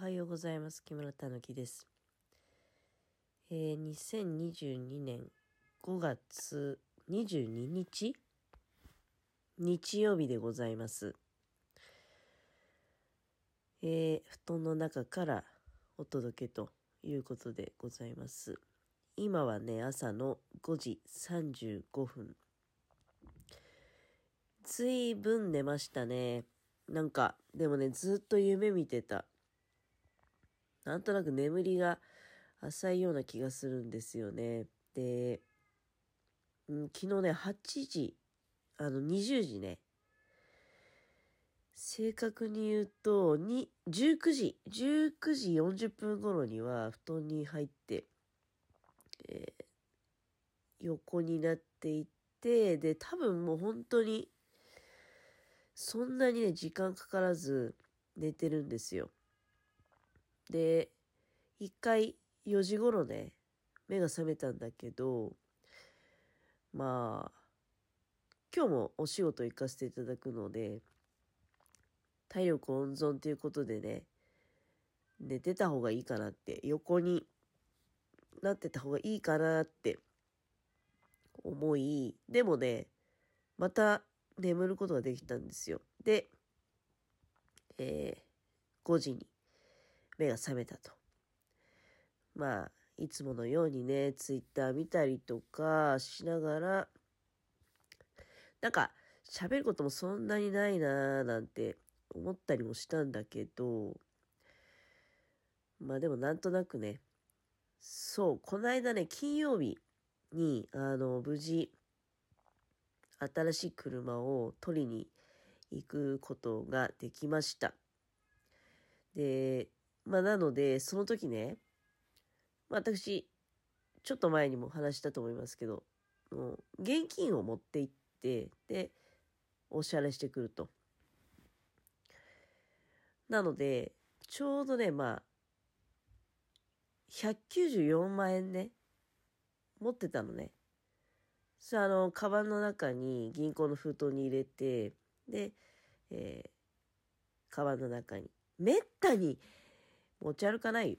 はようございます。木村たぬきです。2022年5月22日日曜日でございます。布団の中からお届けということでございます。今はね、朝の5時35分。ずいぶん寝ましたね。でもね、ずっと夢見てた。なんとなく眠りが浅いような気がするんですよね。で、昨日ね、8時、20時ね、正確に言うと、19時40分頃には布団に入って、横になっていって、で、多分もう本当に、そんなにね、時間かからず寝てるんですよ。で、一回4時頃ね、目が覚めたんだけど、今日もお仕事行かせていただくので、体力温存ということでね、寝てた方がいいかなって、横になってた方がいいかなって思い、でもね、また眠ることができたんですよ。で、5時に目が覚めたと。いつものようにね、ツイッター見たりとかしながら、喋ることもそんなにないなーなんて思ったりもしたんだけど、でもなんとなくね、この間ね、金曜日に、無事、新しい車を取りに行くことができました。で、なので、その時ね、私、ちょっと前にも話したと思いますけど、現金を持って行って、で、お支払いしてくると。なので、ちょうどね、194万円ね、持ってたのね。カバンの中に銀行の封筒に入れて、で、カバンの中に。めったに持ち歩かないよ。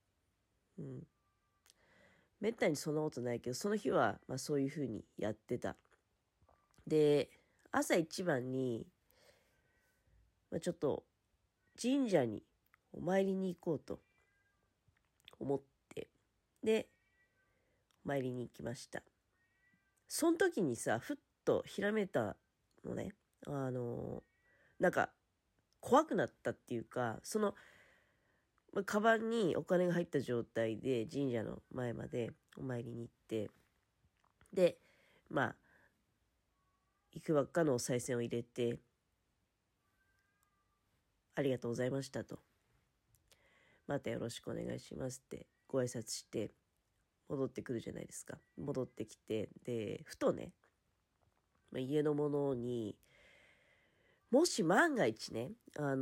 めったにそんなことないけど、その日は、そういうふうにやってた。で、朝一番に、ちょっと神社にお参りに行こうと思って、で、お参りに行きました。その時にさ、ふっとひらめいたのね、怖くなったっていうか、カバンにお金が入った状態で神社の前までお参りに行って、で、いくばっかのお賽銭を入れて、ありがとうございましたと。またよろしくお願いしますってご挨拶して、戻ってくるじゃないですか。戻ってきて、で、ふとね、家のものに、もし万が一ね、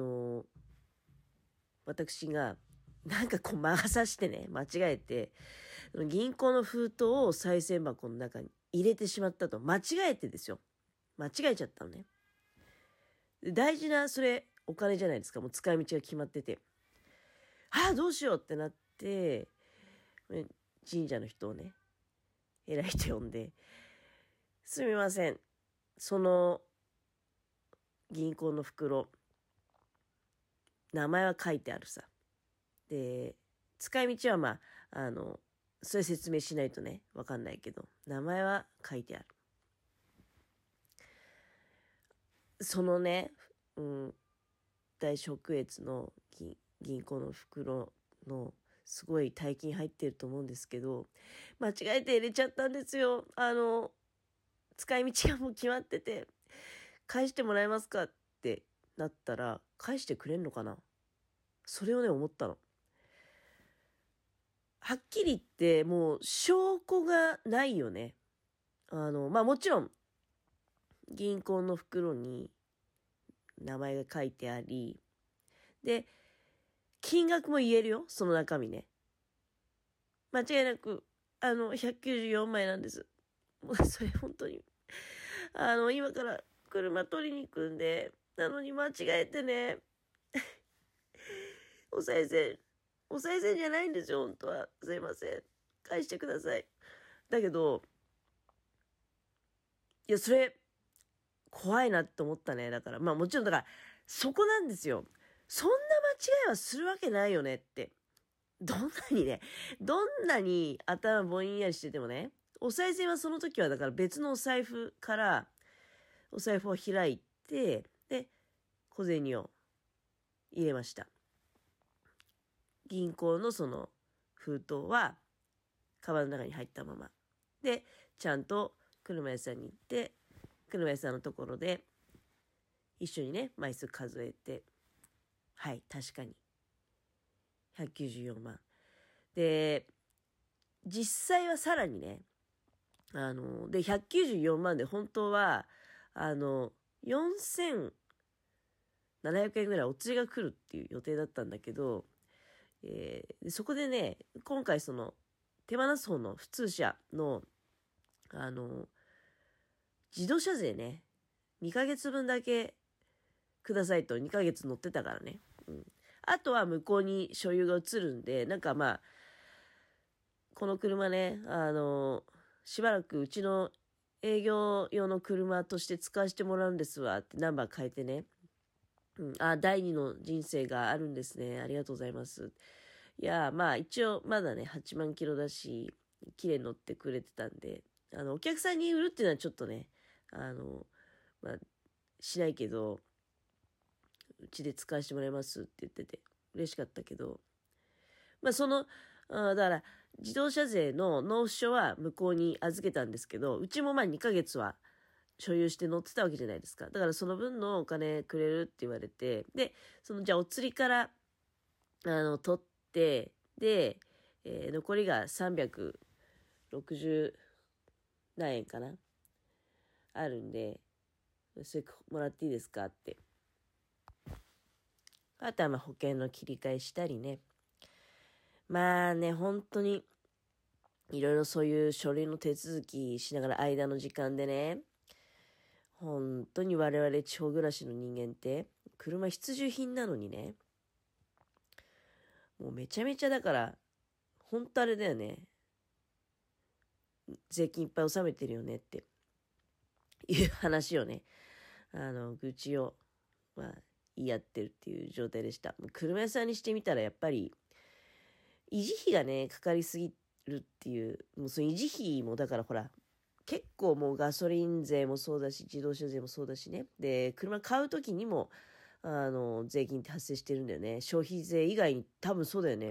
私が、魔が差してね、間違えて、銀行の封筒を賽銭箱の中に入れてしまったと。間違えてですよ。間違えちゃったのね。大事な、お金じゃないですか。もう使い道が決まってて。どうしようってなって、神社の人をね、偉い人呼んで、すみません。その、銀行の袋、名前は書いてあるさ。で、使い道はそれ説明しないとね、わかんないけど、名前は書いてある。そのね、大直越の銀行の袋のすごい大金入ってると思うんですけど、間違えて入れちゃったんですよ。使い道がもう決まってて、返してもらえますかってなったら、返してくれんのかな？それをね、思ったの。はっきり言って、もう証拠がないよね。もちろん、銀行の袋に名前が書いてあり、で、金額も言えるよ、その中身ね。間違いなく、194枚なんです。もうそれ本当に、今から車取りに行くんで、なのに間違えてね、 お賽銭、お賽銭じゃないんですよ、本当は。すいません。返してください。だけど、いや、それ、怖いなって思ったね。だから、まあもちろん、だから、そこなんですよ。そんな間違いはするわけないよねって。どんなに頭ぼんやりしててもね、お賽銭はその時はだから別のお財布からお財布を開いて、で、小銭を入れました。銀行のその封筒はカバンの中に入ったまま。で、ちゃんと車屋さんに行って、車屋さんのところで一緒にね、枚数数えて、はい、確かに。194万。で、実際はさらにね、で、194万で本当は、4700円ぐらいお釣りが来るっていう予定だったんだけど、そこでね、今回その、手放す方の普通車の、自動車税ね、2ヶ月分だけくださいと2ヶ月乗ってたからね。うん。あとは向こうに所有が移るんで、なんかまあ、この車ね、しばらくうちの営業用の車として使わせてもらうんですわってナンバー変えてね。うん、第二の人生があるんですね。ありがとうございます。いや、まあ一応まだね、8万キロだし、綺麗に乗ってくれてたんで、お客さんに売るっていうのはちょっとね、まあ、しないけど、うちで使わせてもらいますって言ってて、嬉しかったけど、まあだから、自動車税の納付書は向こうに預けたんですけど、うちもまあ2ヶ月は所有して乗ってたわけじゃないですか。だからその分のお金くれるって言われて、で、じゃあお釣りから、取って、で、残りが360何円かなあるんで、それもらっていいですかって。あとはまあ保険の切り替えしたりね。まあね、本当に、いろいろそういう書類の手続きしながら間の時間でね、本当に我々地方暮らしの人間って、車必需品なのにね、もうめちゃめちゃだから、本当あれだよね。税金いっぱい納めてるよねっていう話をね、愚痴を、まあ、言い合ってるっていう状態でした。車屋さんにしてみたらやっぱり、維持費がね、かかりすぎるっていう、もうその維持費もだからほら、結構もうガソリン税もそうだし、自動車税もそうだしね。で、車買う時にも、税金って発生してるんだよね。消費税以外に多分そうだよね。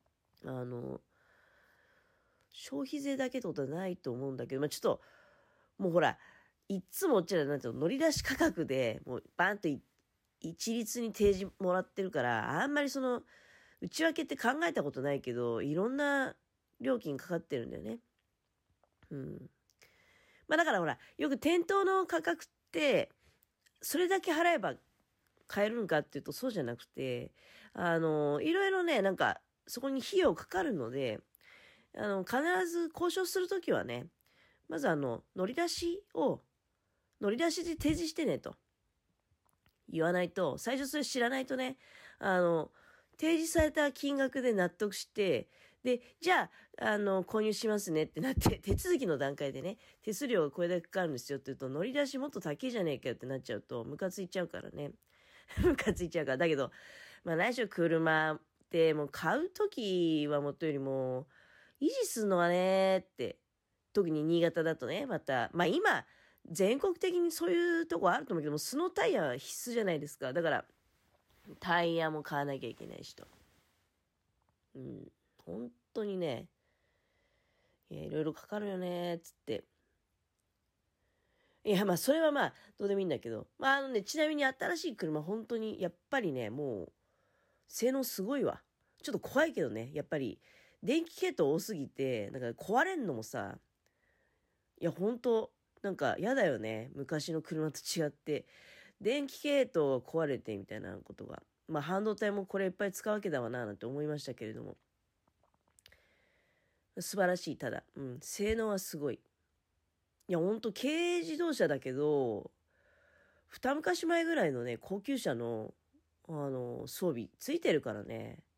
消費税だけってことはないと思うんだけど、まあ、ちょっと、もうほら、いっつもうちらなんていうの乗り出し価格でもうバーンと一律に提示もらってるから、あんまりその、内訳って考えたことないけど、いろんな料金かかってるんだよね。うん。まあだからほら、よく店頭の価格って、それだけ払えば買えるんかっていうとそうじゃなくて、いろいろね、なんか、そこに費用かかるので、必ず交渉するときはね、まず乗り出しで提示してねと言わないと、最初それ知らないとね、提示された金額で納得して、で、じゃあ、購入しますねってなって、手続きの段階でね、手数料がこれだけかかるんですよって言うと、乗り出しもっと高いじゃねえかよってなっちゃうと、ムカついちゃうからね。ムカついちゃうから。だけど、まあ、何しろ車ってもう買うときはもとよりも、維持するのはねって、特に新潟だとね、また、まあ今、全国的にそういうとこあると思うけども、スノータイヤは必須じゃないですか。だから、タイヤも買わなきゃいけないしと。うん。本当にね、いろいろかかるよね、つって。いや、まあ、それはまあ、どうでもいいんだけど。まあ、ちなみに新しい車、本当に、やっぱりね、もう、性能すごいわ。ちょっと怖いけどね、やっぱり、電気系統多すぎて、なんか壊れんのもさ、いや、本当なんか嫌だよね。昔の車と違って。電気系統が壊れてみたいなことが。まあ、半導体もこれいっぱい使うわけだわな、なんて思いましたけれども。素晴らしい、ただ。うん、性能はすごい。いや、ほんと、軽自動車だけど、二昔前ぐらいのね、高級車の、装備ついてるからね。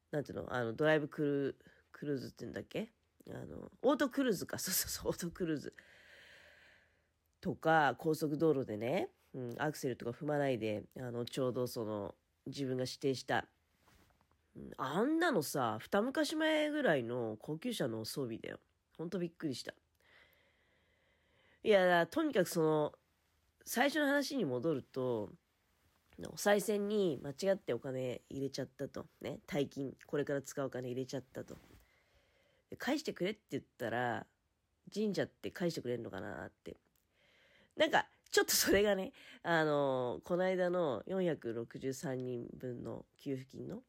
なんていうの、ドライブクルーズって言うんだっけ、オートクルーズか。そうそうそう、オートクルーズ。とか、高速道路でね、アクセルとか踏まないで、ちょうど自分が指定した、あんなのさ、二昔前ぐらいの高級車の装備だよ。ほんとびっくりした。いや、とにかく最初の話に戻ると、お賽銭に間違ってお金入れちゃったと。ね。大金、これから使うお金入れちゃったと。で返してくれって言ったら、神社って返してくれるのかなって。なんか、ちょっとそれがね、この間の463人分の給付金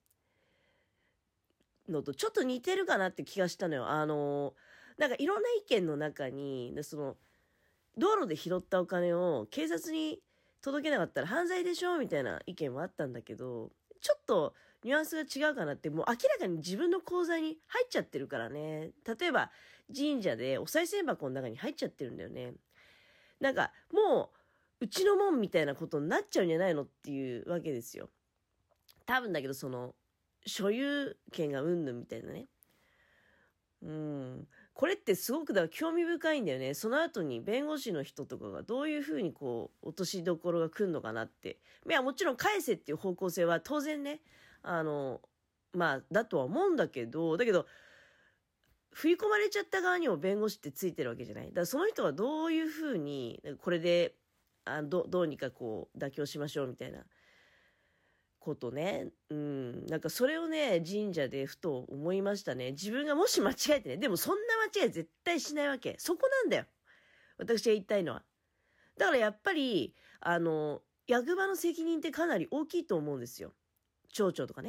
のとちょっと似てるかなって気がしたのよ。なんかいろんな意見の中に、道路で拾ったお金を警察に届けなかったら犯罪でしょみたいな意見もあったんだけど、ちょっとニュアンスが違うかなって、もう明らかに自分の口座に入っちゃってるからね。例えば、神社でお賽銭箱の中に入っちゃってるんだよね。なんか、もう、うちのもんみたいなことになっちゃうんじゃないのっていうわけですよ。多分だけど、所有権がうんぬんみたいなね。これってすごくだから興味深いんだよね。その後に弁護士の人とかがどういうふうに落としどころが来るのかなって。いや、もちろん返せっていう方向性は当然ね、だとは思うんだけど、振り込まれちゃった側にも弁護士ってついてるわけじゃない。だからその人がどういうふうに、これで、どうにか妥協しましょうみたいなことね。なんかそれをね、神社でふと思いましたね。自分がもし間違えてね、でもそんな間違い絶対しないわけ。そこなんだよ。私が言いたいのは。だからやっぱり、役場の責任ってかなり大きいと思うんですよ。町長とかね。